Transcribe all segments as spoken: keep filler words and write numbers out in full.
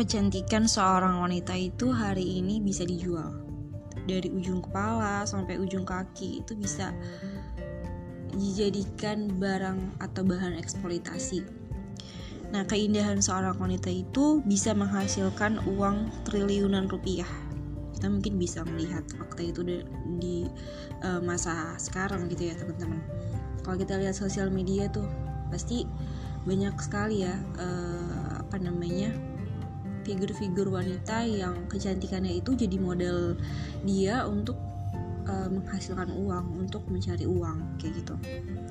kecantikan seorang wanita itu hari ini bisa dijual. Dari ujung kepala sampai ujung kaki itu bisa dijadikan barang atau bahan eksploitasi. Nah, keindahan seorang wanita itu bisa menghasilkan uang triliunan rupiah. Kita mungkin bisa melihat fakta itu di, di uh, masa sekarang gitu ya teman-teman. Kalau kita lihat sosial media tuh pasti banyak sekali ya uh, apa namanya figur-figur wanita yang kecantikannya itu jadi modal dia untuk uh, menghasilkan uang, untuk mencari uang kayak gitu.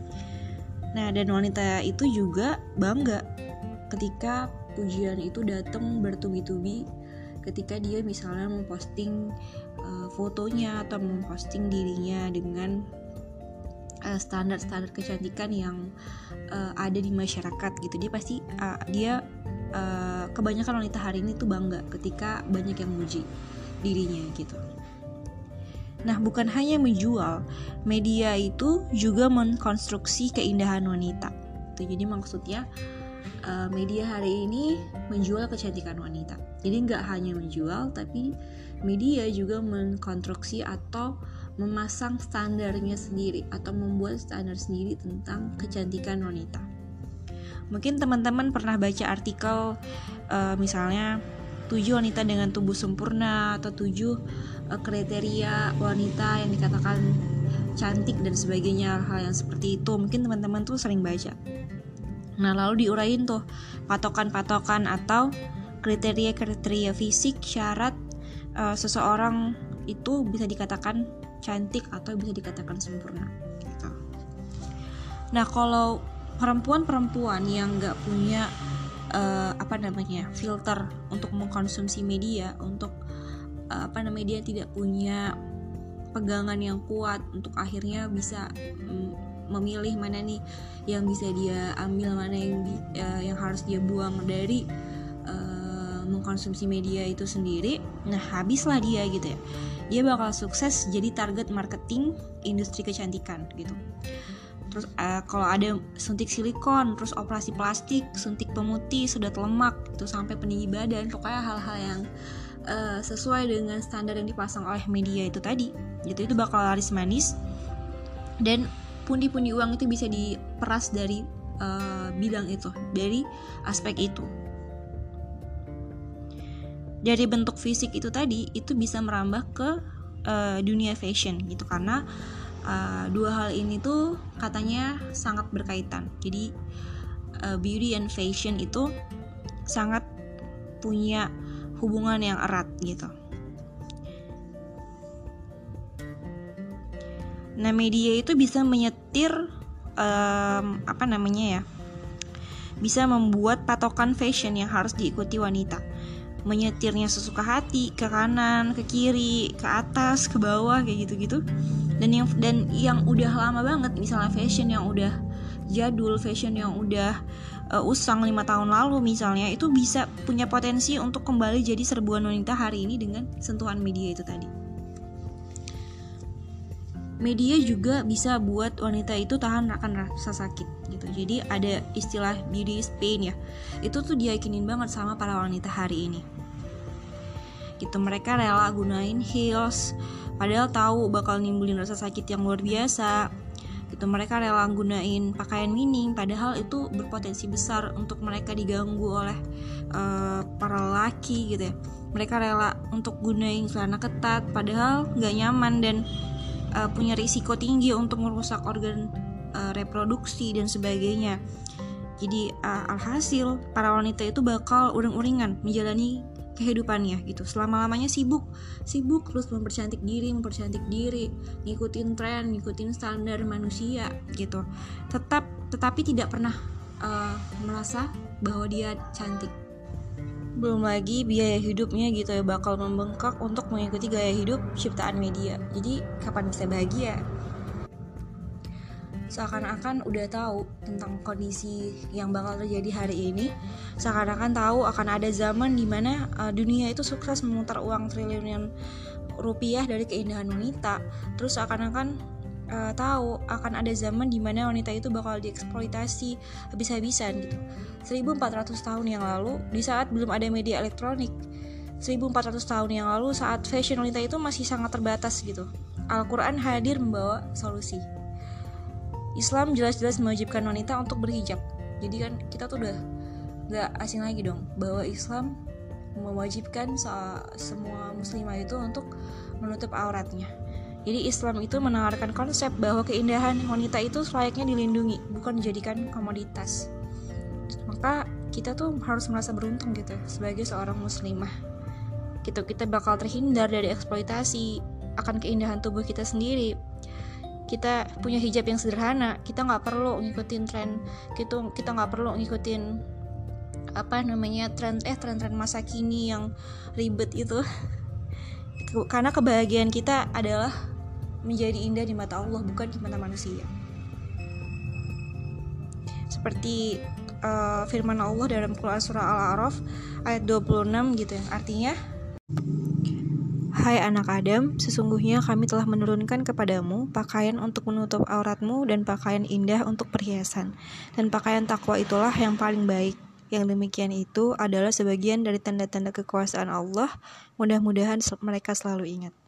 Nah, dan wanita itu juga bangga ketika pujian itu datang bertubi-tubi, ketika dia misalnya memposting uh, fotonya atau memposting dirinya dengan uh, standar-standar kecantikan yang uh, ada di masyarakat gitu. Dia pasti uh, dia Uh, kebanyakan wanita hari ini tuh bangga ketika banyak yang muji dirinya gitu. Nah, bukan hanya menjual, media itu juga mengkonstruksi keindahan wanita. Itu jadi maksudnya uh, media hari ini menjual kecantikan wanita. Jadi nggak hanya menjual, tapi media juga mengkonstruksi atau memasang standarnya sendiri atau membuat standar sendiri tentang kecantikan wanita. Mungkin teman-teman pernah baca artikel uh, misalnya tujuh wanita dengan tubuh sempurna atau tujuh uh, kriteria wanita yang dikatakan cantik dan sebagainya, hal yang seperti itu. Mungkin teman-teman tuh sering baca. Nah, lalu diuraiin tuh patokan-patokan atau kriteria-kriteria fisik, syarat uh, seseorang itu bisa dikatakan cantik atau bisa dikatakan sempurna gitu. Nah, kalau perempuan-perempuan yang nggak punya uh, apa namanya filter untuk mengkonsumsi media, untuk uh, apa namanya dia tidak punya pegangan yang kuat untuk akhirnya bisa um, memilih mana nih yang bisa dia ambil, mana yang di, uh, yang harus dia buang dari uh, mengkonsumsi media itu sendiri. Nah, habislah dia gitu ya. Dia bakal sukses jadi target marketing industri kecantikan gitu. Terus uh, kalau ada suntik silikon, terus operasi plastik, suntik pemutih, sedot lemak, itu sampai peninggi badan, pokoknya hal-hal yang uh, sesuai dengan standar yang dipasang oleh media itu tadi, gitu itu bakal laris manis dan pundi-pundi uang itu bisa diperas dari uh, bidang itu, dari aspek itu. Dari bentuk fisik itu tadi, itu bisa merambah ke uh, dunia fashion gitu, karena Uh, dua hal ini tuh katanya sangat berkaitan. Jadi uh, beauty and fashion itu sangat punya hubungan yang erat gitu. Nah, media itu bisa menyetir um, apa namanya ya, bisa membuat patokan fashion yang harus diikuti wanita, menyetirnya sesuka hati, ke kanan, ke kiri, ke atas, ke bawah kayak gitu-gitu. Dan yang dan yang udah lama banget, misalnya fashion yang udah jadul, fashion yang udah uh, usang lima tahun lalu misalnya, itu bisa punya potensi untuk kembali jadi serbuan wanita hari ini dengan sentuhan media itu tadi. Media juga bisa buat wanita itu tahan akan rasa sakit gitu. Jadi ada istilah beauty is pain ya. Itu tuh diyakinin banget sama para wanita hari ini. Gitu, mereka rela gunain heels padahal tahu bakal nimbulin rasa sakit yang luar biasa. Gitu, mereka rela gunain pakaian minim padahal itu berpotensi besar untuk mereka diganggu oleh uh, para lelaki gitu ya. Mereka rela untuk gunain celana ketat padahal nggak nyaman dan uh, punya risiko tinggi untuk merusak organ uh, reproduksi dan sebagainya. Jadi uh, alhasil para wanita itu bakal uring-uringan menjalani kehidupannya gitu, selama-lamanya sibuk sibuk terus mempercantik diri mempercantik diri ngikutin tren, ngikutin standar manusia gitu, tetap tetapi tidak pernah uh, merasa bahwa dia cantik. Belum lagi biaya hidupnya gitu ya bakal membengkak untuk mengikuti gaya hidup ciptaan media. Jadi kapan bisa bahagia? Seakan-akan udah tahu tentang kondisi yang bakal terjadi hari ini, seakan-akan tahu akan ada zaman dimana uh, dunia itu sukses memutar uang triliunan rupiah dari keindahan wanita. Terus seakan-akan uh, tahu akan ada zaman di mana wanita itu bakal dieksploitasi habis-habisan gitu. seribu empat ratus tahun yang lalu, di saat belum ada media elektronik, seribu empat ratus tahun yang lalu, saat fashion wanita itu masih sangat terbatas gitu, Al-Quran hadir membawa solusi. Islam jelas-jelas mewajibkan wanita untuk berhijab. Jadi kan kita tuh udah gak asing lagi dong bahwa Islam mewajibkan semua muslimah itu untuk menutup auratnya. Jadi Islam itu menawarkan konsep bahwa keindahan wanita itu selayaknya dilindungi, bukan dijadikan komoditas. Maka kita tuh harus merasa beruntung gitu sebagai seorang muslimah. Gitu, kita bakal terhindar dari eksploitasi akan keindahan tubuh kita sendiri. Kita punya hijab yang sederhana, kita nggak perlu ngikutin tren gitu, kita nggak perlu ngikutin apa namanya tren eh tren-tren masa kini yang ribet itu. Karena kebahagiaan kita adalah menjadi indah di mata Allah, bukan di mata manusia. Seperti uh, firman Allah dalam Quran surah Al-A'raf ayat dua puluh enam gitu, yang artinya, hai anak Adam, sesungguhnya kami telah menurunkan kepadamu pakaian untuk menutup auratmu dan pakaian indah untuk perhiasan. Dan pakaian takwa itulah yang paling baik. Yang demikian itu adalah sebagian dari tanda-tanda kekuasaan Allah. Mudah-mudahan mereka selalu ingat.